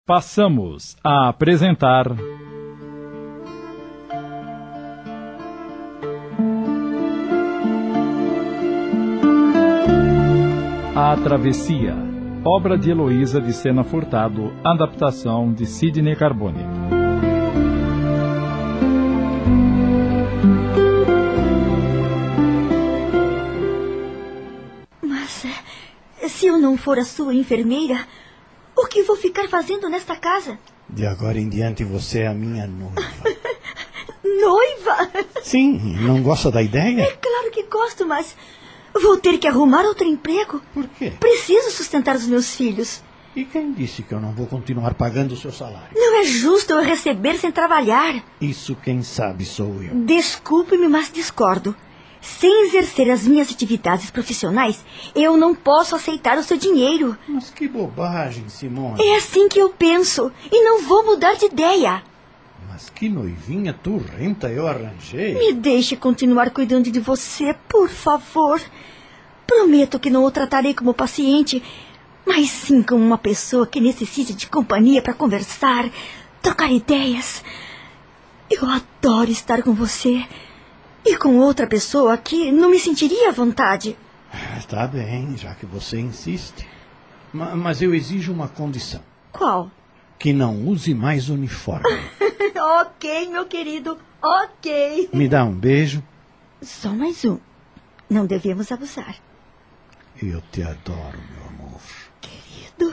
Passamos a apresentar A Travessia, obra de Heloísa de Sena Furtado, adaptação de Sidney Carbone. Mas, se eu não for a sua enfermeira, o que vou ficar fazendo nesta casa? De agora em diante você é a minha noiva. Noiva? Sim, não gosta da ideia? É claro que gosto, mas vou ter que arrumar outro emprego. Por quê? Preciso sustentar os meus filhos. E quem disse que eu não vou continuar pagando o seu salário? Não é justo eu receber sem trabalhar. Isso quem sabe sou eu. Desculpe-me, mas discordo. Sem exercer as minhas atividades profissionais, eu não posso aceitar o seu dinheiro. Mas que bobagem, Simone. É assim que eu penso, e não vou mudar de ideia. Mas que noivinha turrenta eu arranjei. Me deixe continuar cuidando de você, por favor. Prometo que não o tratarei como paciente, mas sim como uma pessoa que necessita de companhia para conversar, trocar ideias. Eu adoro estar com você. E com outra pessoa aqui, não me sentiria à vontade. Está bem, já que você insiste. Mas eu exijo uma condição. Qual? Que não use mais uniforme. Ok, meu querido, ok. Me dá um beijo. Só mais um. Não devemos abusar. Eu te adoro, meu amor. Querido.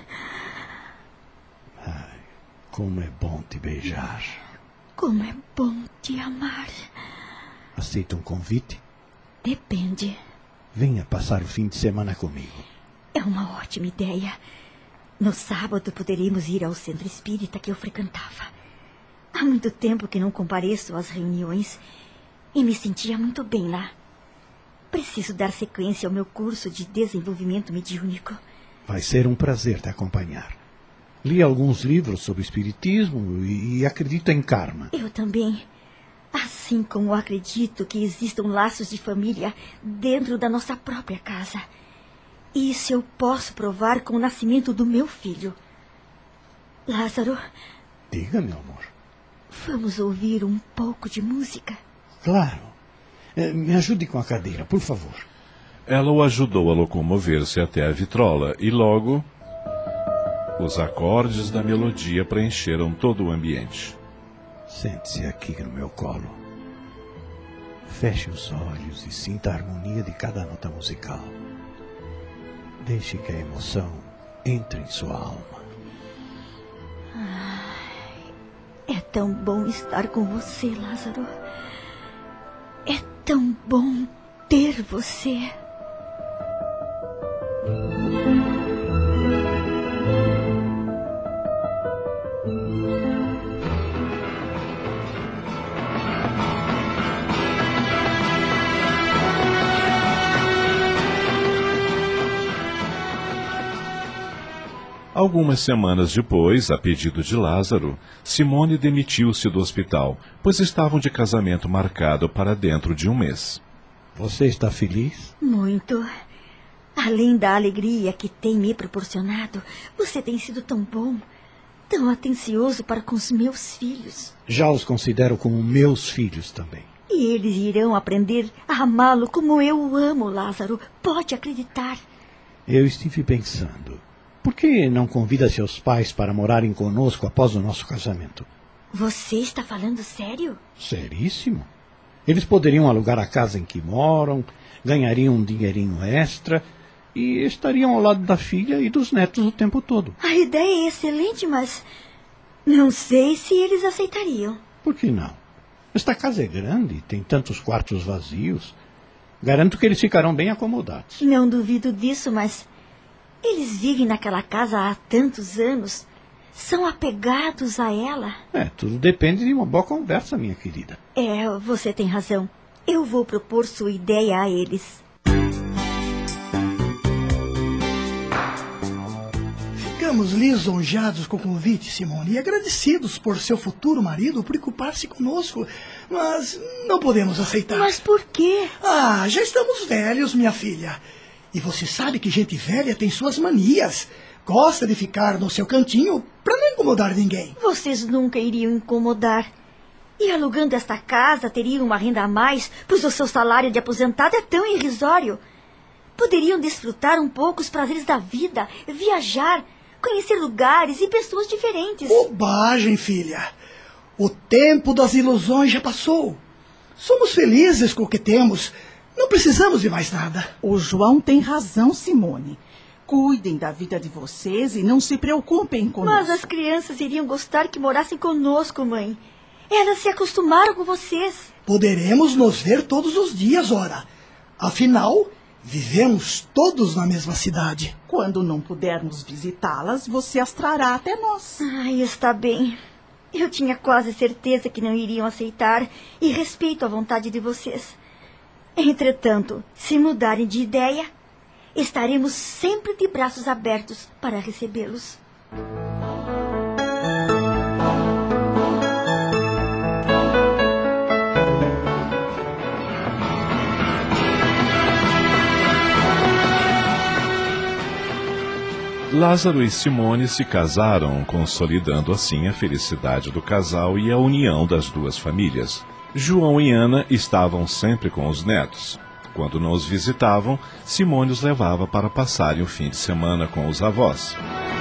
Ai, como é bom te beijar. Como é bom te amar. Aceita um convite? Depende. Venha passar o fim de semana comigo. É uma ótima ideia. No sábado poderemos ir ao centro espírita que eu frequentava. Há muito tempo que não compareço às reuniões e me sentia muito bem lá. Preciso dar sequência ao meu curso de desenvolvimento mediúnico. Vai ser um prazer te acompanhar. Li alguns livros sobre espiritismo e acredito em karma. Eu também. Assim como acredito que existam laços de família dentro da nossa própria casa. Isso eu posso provar com o nascimento do meu filho. Lázaro. Diga, meu amor. Vamos ouvir um pouco de música? Claro. Me ajude com a cadeira, por favor. Ela o ajudou a locomover-se até a vitrola e logo os acordes da melodia preencheram todo o ambiente. Sente-se aqui no meu colo. Feche os olhos e sinta a harmonia de cada nota musical. Deixe que a emoção entre em sua alma. É tão bom estar com você, Lázaro. É tão bom ter você. Algumas semanas depois, a pedido de Lázaro, Simone demitiu-se do hospital, pois estavam de casamento marcado para dentro de um mês. Você está feliz? Muito. Além da alegria que tem me proporcionado, você tem sido tão bom, tão atencioso para com os meus filhos. Já os considero como meus filhos também. E eles irão aprender a amá-lo como eu o amo, Lázaro. Pode acreditar. Eu estive pensando. Por que não convida seus pais para morarem conosco após o nosso casamento? Você está falando sério? Seríssimo. Eles poderiam alugar a casa em que moram, ganhariam um dinheirinho extra e estariam ao lado da filha e dos netos o tempo todo. A ideia é excelente, mas não sei se eles aceitariam. Por que não? Esta casa é grande, tem tantos quartos vazios. Garanto que eles ficarão bem acomodados. Não duvido disso, mas eles vivem naquela casa há tantos anos. São apegados a ela. Tudo depende de uma boa conversa, minha querida. Você tem razão. Eu vou propor sua ideia a eles. Ficamos lisonjeados com o convite, Simone, e agradecidos por seu futuro marido preocupar-se conosco. Mas não podemos aceitar. Mas por quê? Já estamos velhos, minha filha. E você sabe que gente velha tem suas manias. Gosta de ficar no seu cantinho para não incomodar ninguém. Vocês nunca iriam incomodar. E alugando esta casa, teriam uma renda a mais, pois o seu salário de aposentado é tão irrisório. Poderiam desfrutar um pouco os prazeres da vida, viajar, conhecer lugares e pessoas diferentes. Bobagem, filha. O tempo das ilusões já passou. Somos felizes com o que temos. Não precisamos de mais nada. O João tem razão, Simone. Cuidem da vida de vocês e não se preocupem conosco. Mas as crianças iriam gostar que morassem conosco, mãe. Elas se acostumaram com vocês. Poderemos nos ver todos os dias, ora. Afinal, vivemos todos na mesma cidade. Quando não pudermos visitá-las, você as trará até nós. Ai, está bem. Eu tinha quase certeza que não iriam aceitar e respeito a vontade de vocês. Entretanto, se mudarem de ideia, estaremos sempre de braços abertos para recebê-los. Lázaro e Simone se casaram, consolidando assim a felicidade do casal e a união das duas famílias. João e Ana estavam sempre com os netos. Quando não os visitavam, Simone os levava para passarem o fim de semana com os avós.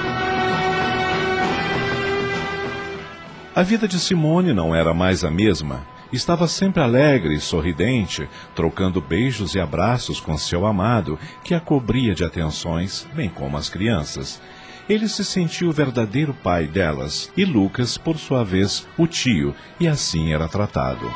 A vida de Simone não era mais a mesma. Estava sempre alegre e sorridente, trocando beijos e abraços com seu amado, que a cobria de atenções, bem como as crianças. Ele se sentia o verdadeiro pai delas, e Lucas, por sua vez, o tio, e assim era tratado.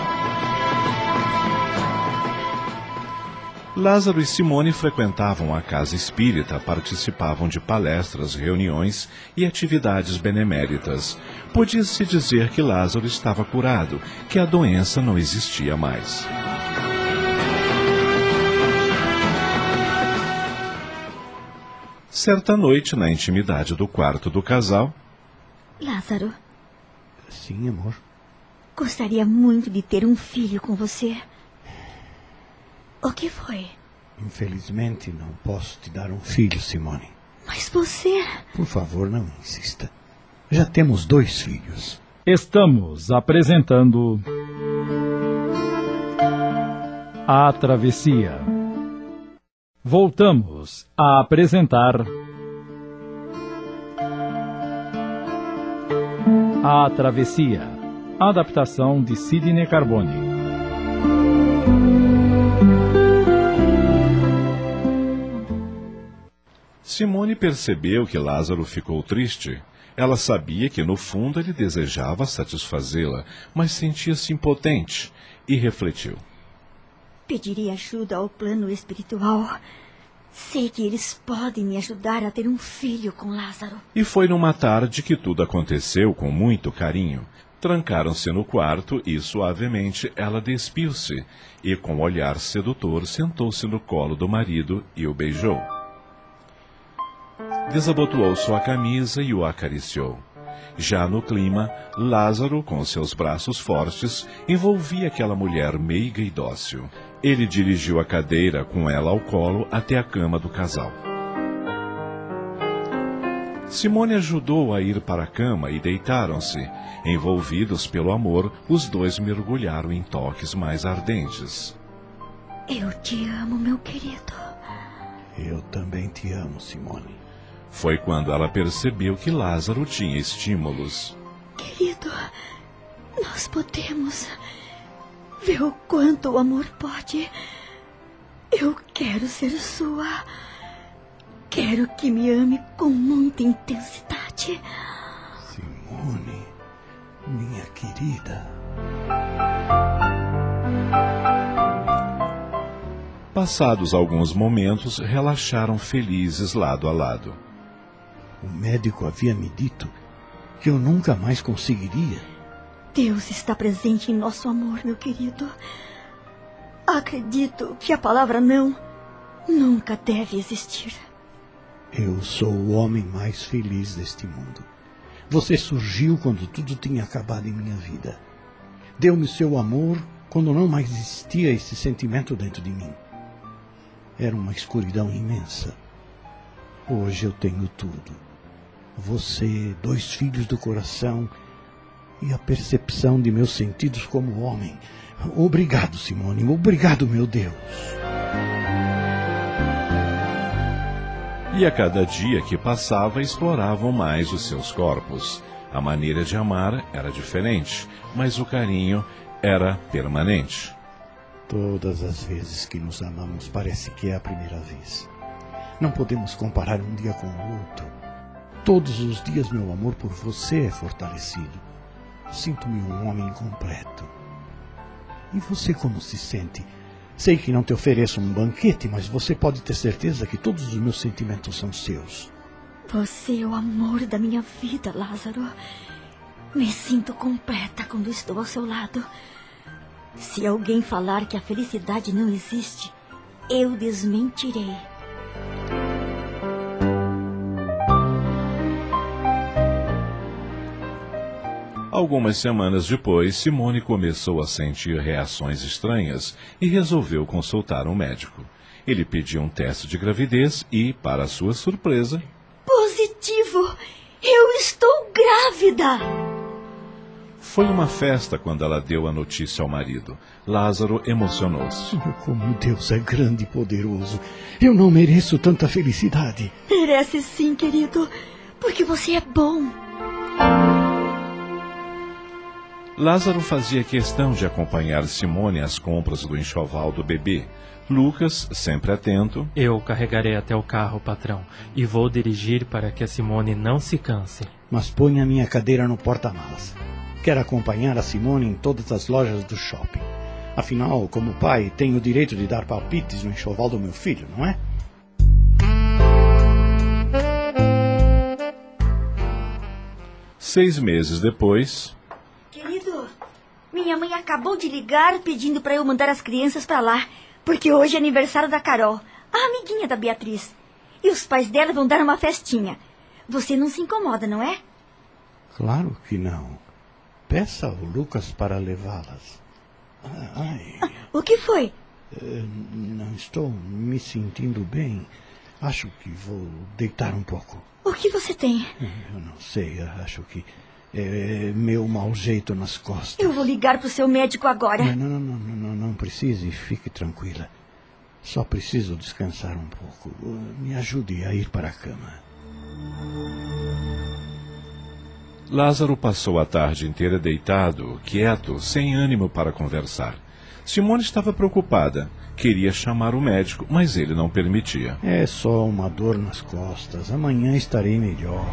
Lázaro e Simone frequentavam a casa espírita, participavam de palestras, reuniões e atividades beneméritas. Podia-se dizer que Lázaro estava curado, que a doença não existia mais. Certa noite, na intimidade do quarto do casal... Lázaro. Sim, amor. Gostaria muito de ter um filho com você. O que foi? Infelizmente, não posso te dar um filho, Simone. Mas você... Por favor, não insista. Já temos 2 filhos. Estamos apresentando... A Travessia. Voltamos a apresentar... A Travessia. Adaptação de Sidney Carbone. Simone percebeu que Lázaro ficou triste. Ela sabia que, no fundo, ele desejava satisfazê-la, mas sentia-se impotente e refletiu. Pedirei ajuda ao plano espiritual. Sei que eles podem me ajudar a ter um filho com Lázaro. E foi numa tarde que tudo aconteceu com muito carinho. Trancaram-se no quarto e, suavemente, ela despiu-se e, com olhar sedutor, sentou-se no colo do marido e o beijou. Desabotoou sua camisa e o acariciou. Já no clima, Lázaro, com seus braços fortes, envolvia aquela mulher meiga e dócil. Ele dirigiu a cadeira com ela ao colo até a cama do casal. Simone ajudou a ir para a cama e deitaram-se. Envolvidos pelo amor, os dois mergulharam em toques mais ardentes. Eu te amo, meu querido. Eu também te amo, Simone. Foi quando ela percebeu que Lázaro tinha estímulos. Querido, nós podemos ver o quanto o amor pode. Eu quero ser sua. Quero que me ame com muita intensidade. Simone, minha querida. Passados alguns momentos, relaxaram felizes lado a lado. O médico havia me dito que eu nunca mais conseguiria. Deus está presente em nosso amor, meu querido. Acredito que a palavra não nunca deve existir. Eu sou o homem mais feliz deste mundo. Você surgiu quando tudo tinha acabado em minha vida. Deu-me seu amor quando não mais existia esse sentimento dentro de mim. Era uma escuridão imensa. Hoje eu tenho tudo. Você, 2 filhos do coração e a percepção de meus sentidos como homem. Obrigado, Simone. Obrigado, meu Deus. E a cada dia que passava, exploravam mais os seus corpos. A maneira de amar era diferente, mas o carinho era permanente. Todas as vezes que nos amamos parece que é a primeira vez. Não podemos comparar um dia com o outro. Todos os dias meu amor por você é fortalecido. Sinto-me um homem completo. E você como se sente? Sei que não te ofereço um banquete, mas você pode ter certeza que todos os meus sentimentos são seus. Você é o amor da minha vida, Lázaro. Me sinto completa quando estou ao seu lado. Se alguém falar que a felicidade não existe, eu desmentirei. Algumas semanas depois, Simone começou a sentir reações estranhas e resolveu consultar um médico. Ele pediu um teste de gravidez e, para sua surpresa... Positivo! Eu estou grávida! Foi uma festa quando ela deu a notícia ao marido. Lázaro emocionou-se. Como Deus é grande e poderoso. Eu não mereço tanta felicidade. Merece sim, querido, porque você é bom. Lázaro fazia questão de acompanhar Simone às compras do enxoval do bebê. Lucas, sempre atento... Eu carregarei até o carro, patrão, e vou dirigir para que a Simone não se canse. Mas ponha minha cadeira no porta-malas. Quero acompanhar a Simone em todas as lojas do shopping. Afinal, como pai, tenho o direito de dar palpites no enxoval do meu filho, não é? Seis meses depois... Querido, minha mãe acabou de ligar pedindo para eu mandar as crianças para lá, porque hoje é aniversário da Carol, a amiguinha da Beatriz. E os pais dela vão dar uma festinha. Você não se incomoda, não é? Claro que não. Peça ao Lucas para levá-las. O que foi? Não estou me sentindo bem. Acho que vou deitar um pouco. O que você tem? Eu não sei, acho que é meu mau jeito nas costas. Eu vou ligar para o seu médico agora. Não precise, fique tranquila. Só preciso descansar um pouco. Me ajude a ir para a cama. Lázaro passou a tarde inteira deitado, quieto, sem ânimo para conversar. Simone estava preocupada. Queria chamar o médico, mas ele não permitia. É só uma dor nas costas. Amanhã estarei melhor.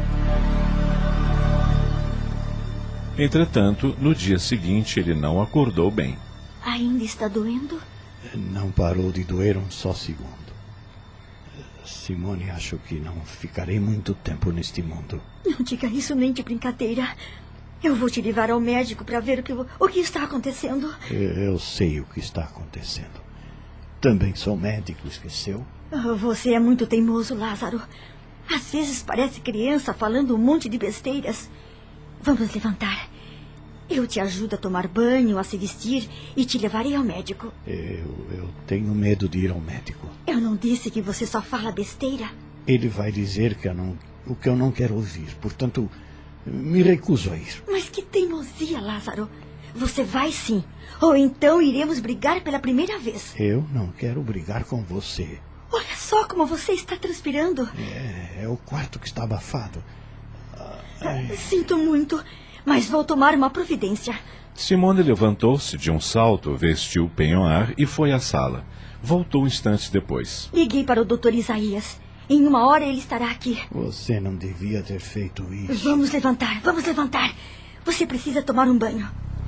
Entretanto, no dia seguinte, ele não acordou bem. Ainda está doendo? Não parou de doer um só segundo. Simone, acho que não ficarei muito tempo neste mundo. Não diga isso nem de brincadeira. Eu vou te levar ao médico para ver o que está acontecendo. Eu sei o que está acontecendo. Também sou médico, esqueceu? Você é muito teimoso, Lázaro. Às vezes parece criança falando um monte de besteiras. Vamos levantar. Eu te ajudo a tomar banho, a se vestir e te levarei ao médico. Eu tenho medo de ir ao médico. Eu não disse que você só fala besteira? Ele vai dizer o que eu não quero ouvir. Portanto, me recuso a ir. Mas que teimosia, Lázaro. Você vai sim. Ou então iremos brigar pela primeira vez. Eu não quero brigar com você. Olha só como você está transpirando. É o quarto que está abafado. Sinto muito, mas vou tomar uma providência. Simone levantou-se de um salto, vestiu o penhoar e foi à sala. Voltou instantes depois. Liguei para o Dr. Isaías. Em 1 hora ele estará aqui. Você não devia ter feito isso. Vamos levantar, vamos levantar. Você precisa tomar um banho.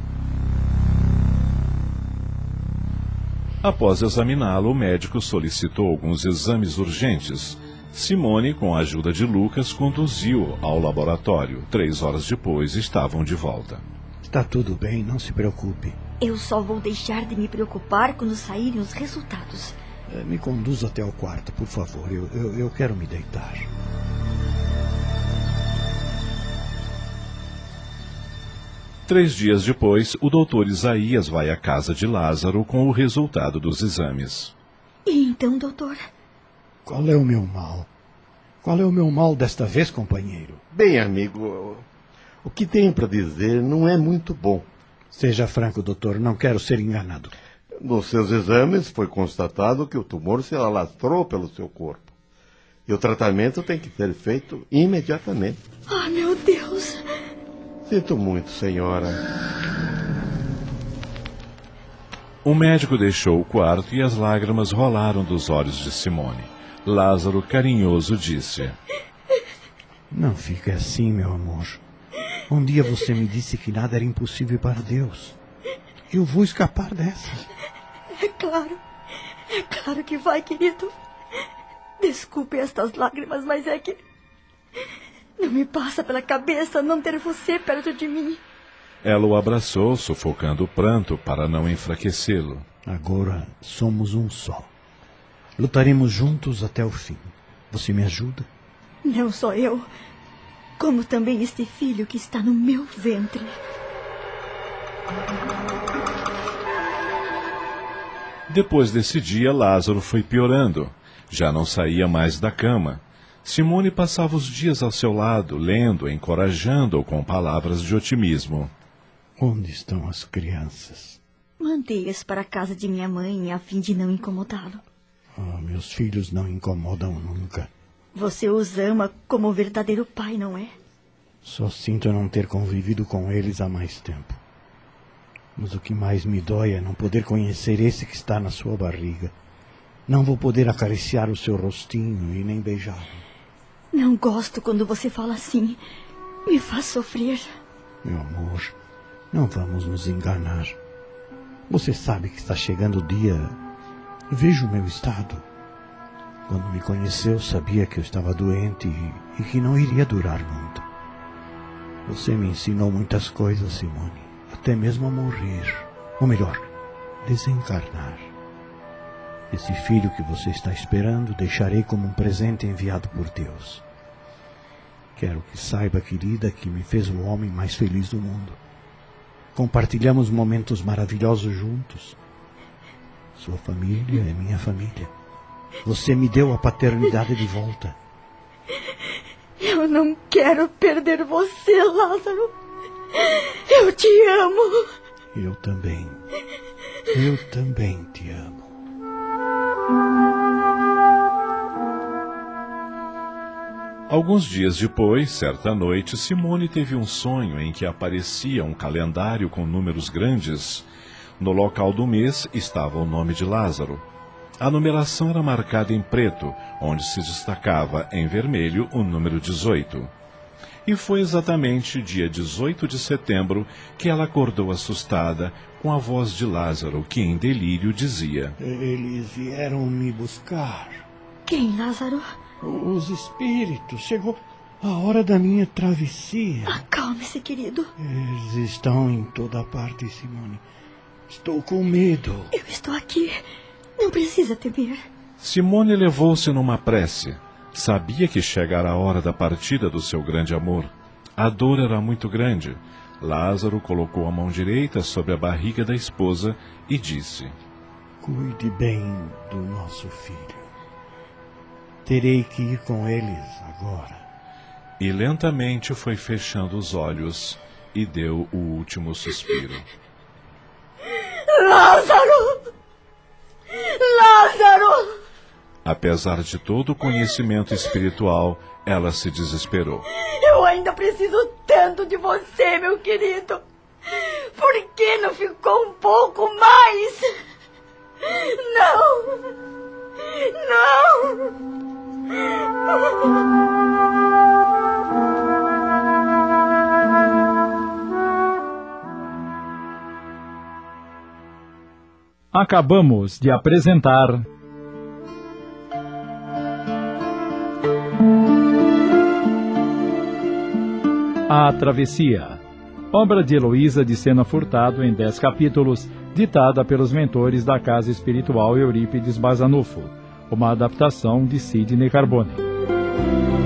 Após examiná-lo, o médico solicitou alguns exames urgentes. Simone, com a ajuda de Lucas, conduziu-o ao laboratório. 3 horas depois, estavam de volta. Está tudo bem, não se preocupe. Eu só vou deixar de me preocupar quando saírem os resultados. Me conduza até o quarto, por favor. Eu quero me deitar. Três dias depois, o doutor Isaías vai à casa de Lázaro com o resultado dos exames. E então, doutor? Qual é o meu mal? Qual é o meu mal desta vez, companheiro? Bem, amigo, o que tenho para dizer não é muito bom. Seja franco, doutor, não quero ser enganado. Nos seus exames foi constatado que o tumor se alastrou pelo seu corpo. E o tratamento tem que ser feito imediatamente. Ah, meu Deus! Sinto muito, senhora. O médico deixou o quarto e as lágrimas rolaram dos olhos de Simone. Lázaro, carinhoso, disse: Não fique assim, meu amor. Um dia você me disse que nada era impossível para Deus. Eu vou escapar dessa. É claro que vai, querido. Desculpe estas lágrimas, mas é que não me passa pela cabeça não ter você perto de mim. Ela o abraçou, sufocando o pranto para não enfraquecê-lo. Agora somos um só. Lutaremos juntos até o fim. Você me ajuda? Não só eu, como também este filho que está no meu ventre. Depois desse dia, Lázaro foi piorando. Já não saía mais da cama. Simone passava os dias ao seu lado, lendo, encorajando-o com palavras de otimismo. Onde estão as crianças? Mandei-as para a casa de minha mãe a fim de não incomodá-lo. Meus filhos não incomodam nunca. Você os ama como o verdadeiro pai, não é? Só sinto não ter convivido com eles há mais tempo. Mas o que mais me dói é não poder conhecer esse que está na sua barriga. Não vou poder acariciar o seu rostinho e nem beijá-lo. Não gosto quando você fala assim. Me faz sofrer. Meu amor, não vamos nos enganar. Você sabe que está chegando o dia. Veja o meu estado. Quando me conheceu, sabia que eu estava doente e que não iria durar muito. Você me ensinou muitas coisas, Simone. Até mesmo a morrer. Ou melhor, desencarnar. Esse filho que você está esperando deixarei como um presente enviado por Deus. Quero que saiba, querida, que me fez o homem mais feliz do mundo. Compartilhamos momentos maravilhosos juntos. Sua família é minha família. Você me deu a paternidade de volta. Eu não quero perder você, Lázaro. Eu te amo. Eu também. Eu também te amo. Alguns dias depois, certa noite, Simone teve um sonho em que aparecia um calendário com números grandes. No local do mês estava o nome de Lázaro. A numeração era marcada em preto, onde se destacava em vermelho o número 18. E foi exatamente dia 18 de setembro que ela acordou assustada com a voz de Lázaro, que em delírio dizia: Eles vieram me buscar. Quem, Lázaro? Os espíritos. Chegou a hora da minha travessia. Acalme-se, querido. Eles estão em toda parte, Simone. Estou com medo. Eu estou aqui. Não precisa temer. Simone levou-se numa prece. Sabia que chegara a hora da partida do seu grande amor. A dor era muito grande. Lázaro colocou a mão direita sobre a barriga da esposa e disse: Cuide bem do nosso filho. Terei que ir com eles agora. E lentamente foi fechando os olhos e deu o último suspiro. Lázaro! Lázaro! Apesar de todo o conhecimento espiritual, ela se desesperou. Eu ainda preciso tanto de você, meu querido. Por que não ficou um pouco mais? Não! Não! Acabamos de apresentar A Travessia, obra de Heloísa de Sena Furtado em 10 capítulos, ditada pelos mentores da Casa Espiritual Eurípides Basanufo, uma adaptação de Sidney Carbone.